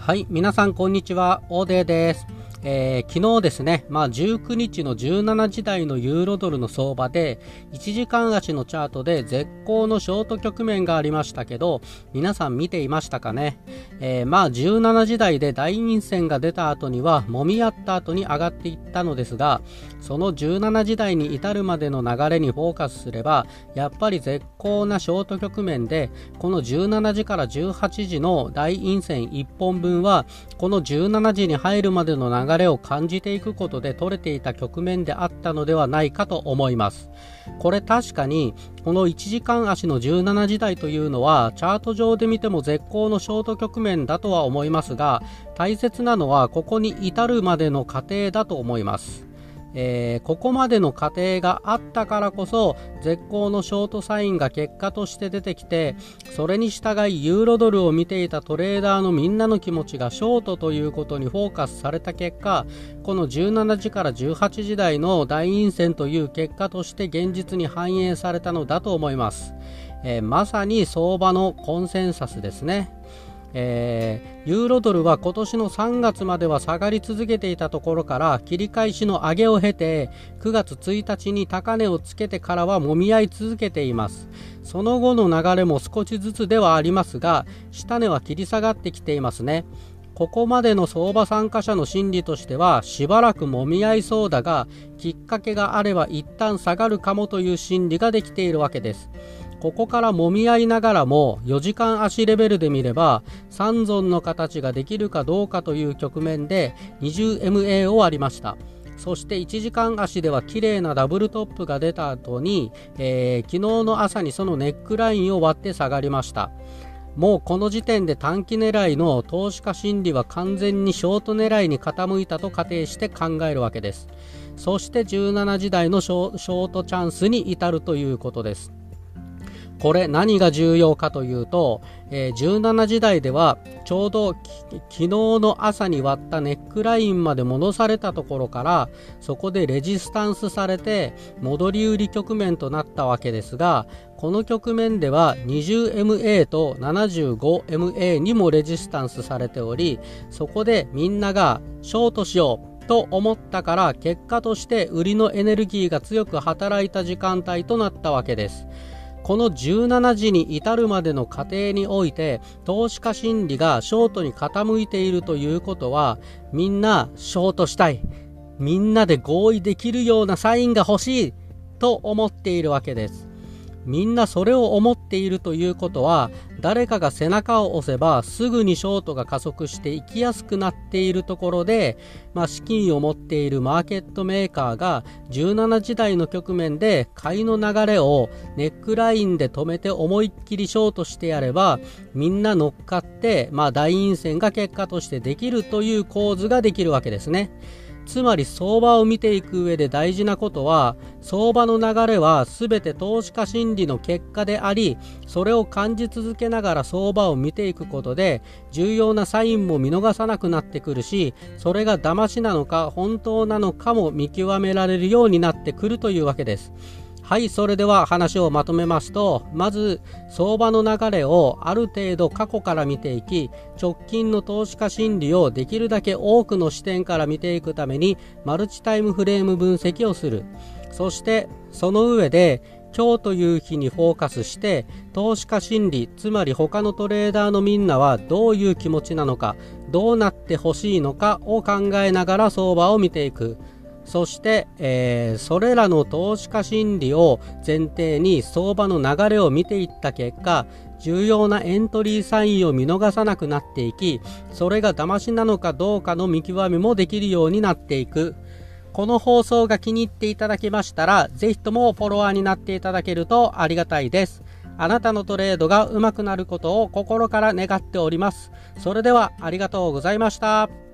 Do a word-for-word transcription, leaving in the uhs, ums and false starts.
はい、皆さんこんにちは、オーデーです。えー、昨日ですね、まあ、じゅうくにちのじゅうしちじ台のユーロドルの相場でいちじかん足のチャートで絶好のショート局面がありましたけど、皆さん見ていましたかね。えー、まあじゅうしちじ台で大陰線が出た後には揉み合った後に上がっていったのですが、そのじゅうしちじ台に至るまでの流れにフォーカスすればやっぱり絶好なショート局面で、このじゅうしちじからじゅうはちじの大陰線いっぽんぶんはこのじゅうしちじに入るまでの流れを感じていくことで取れていた局面であったのではないかと思います。これ確かにこのいちじかん足のじゅうしちじ台というのはチャート上で見ても絶好のショート局面だとは思いますが、大切なのはここに至るまでの過程だと思います。えー、ここまでの過程があったからこそ絶好のショートサインが結果として出てきて、それに従いユーロドルを見ていたトレーダーのみんなの気持ちがショートということにフォーカスされた結果、このじゅうしちじからじゅうはちじ台の大陰線という結果として現実に反映されたのだと思います。えー、まさに相場のコンセンサスですね。えー、ユーロドルは今年のさんがつまでは下がり続けていたところから切り返しの上げを経て、くがつついたちに高値をつけてからは揉み合い続けています。その後の流れも少しずつではありますが、下値は切り下がってきていますね。ここまでの相場参加者の心理としては、しばらく揉み合いそうだがきっかけがあれば一旦下がるかもという心理ができているわけです。ここから揉み合いながらもよじかん足レベルで見れば三尊の形ができるかどうかという局面で にじゅうエムエー を割りました。そしていちじかん足では綺麗なダブルトップが出た後に、えー、昨日の朝にそのネックラインを割って下がりました。もうこの時点で短期狙いの投資家心理は完全にショート狙いに傾いたと仮定して考えるわけです。そしてじゅうしちじ台のショートチャンスに至るということです。これ何が重要かというと、えー、じゅうしちじ台ではちょうど昨日の朝に割ったネックラインまで戻されたところから、そこでレジスタンスされて戻り売り局面となったわけですが、この局面では にじゅうエムエー と ななじゅうごエムエー にもレジスタンスされており、そこでみんながショートしようと思ったから、結果として売りのエネルギーが強く働いた時間帯となったわけです。このじゅうしちじに至るまでの過程において投資家心理がショートに傾いているということは、みんなショートしたい、みんなで合意できるようなサインが欲しいと思っているわけです。みんなそれを思っているということは、誰かが背中を押せばすぐにショートが加速していきやすくなっているところで、まあ、資金を持っているマーケットメーカーがじゅうしちじ台の局面で買いの流れをネックラインで止めて思いっきりショートしてやれば、みんな乗っかって、まあ、大陰線が結果としてできるという構図ができるわけですね。つまり相場を見ていく上で大事なことは、相場の流れは全て投資家心理の結果であり、それを感じ続けながら相場を見ていくことで重要なサインも見逃さなくなってくるし、それが騙しなのか本当なのかも見極められるようになってくるというわけです。はい、それでは話をまとめますと、まず相場の流れをある程度過去から見ていき、直近の投資家心理をできるだけ多くの視点から見ていくためにマルチタイムフレーム分析をする。そしてその上で今日という日にフォーカスして投資家心理、つまり他のトレーダーのみんなはどういう気持ちなのか、どうなってほしいのかを考えながら相場を見ていく。そして、えー、それらの投資家心理を前提に相場の流れを見ていった結果、重要なエントリーサインを見逃さなくなっていき、それが騙しなのかどうかの見極めもできるようになっていく。この放送が気に入っていただけましたら、ぜひともフォロワーになっていただけるとありがたいです。あなたのトレードが上手くなることを心から願っております。それではありがとうございました。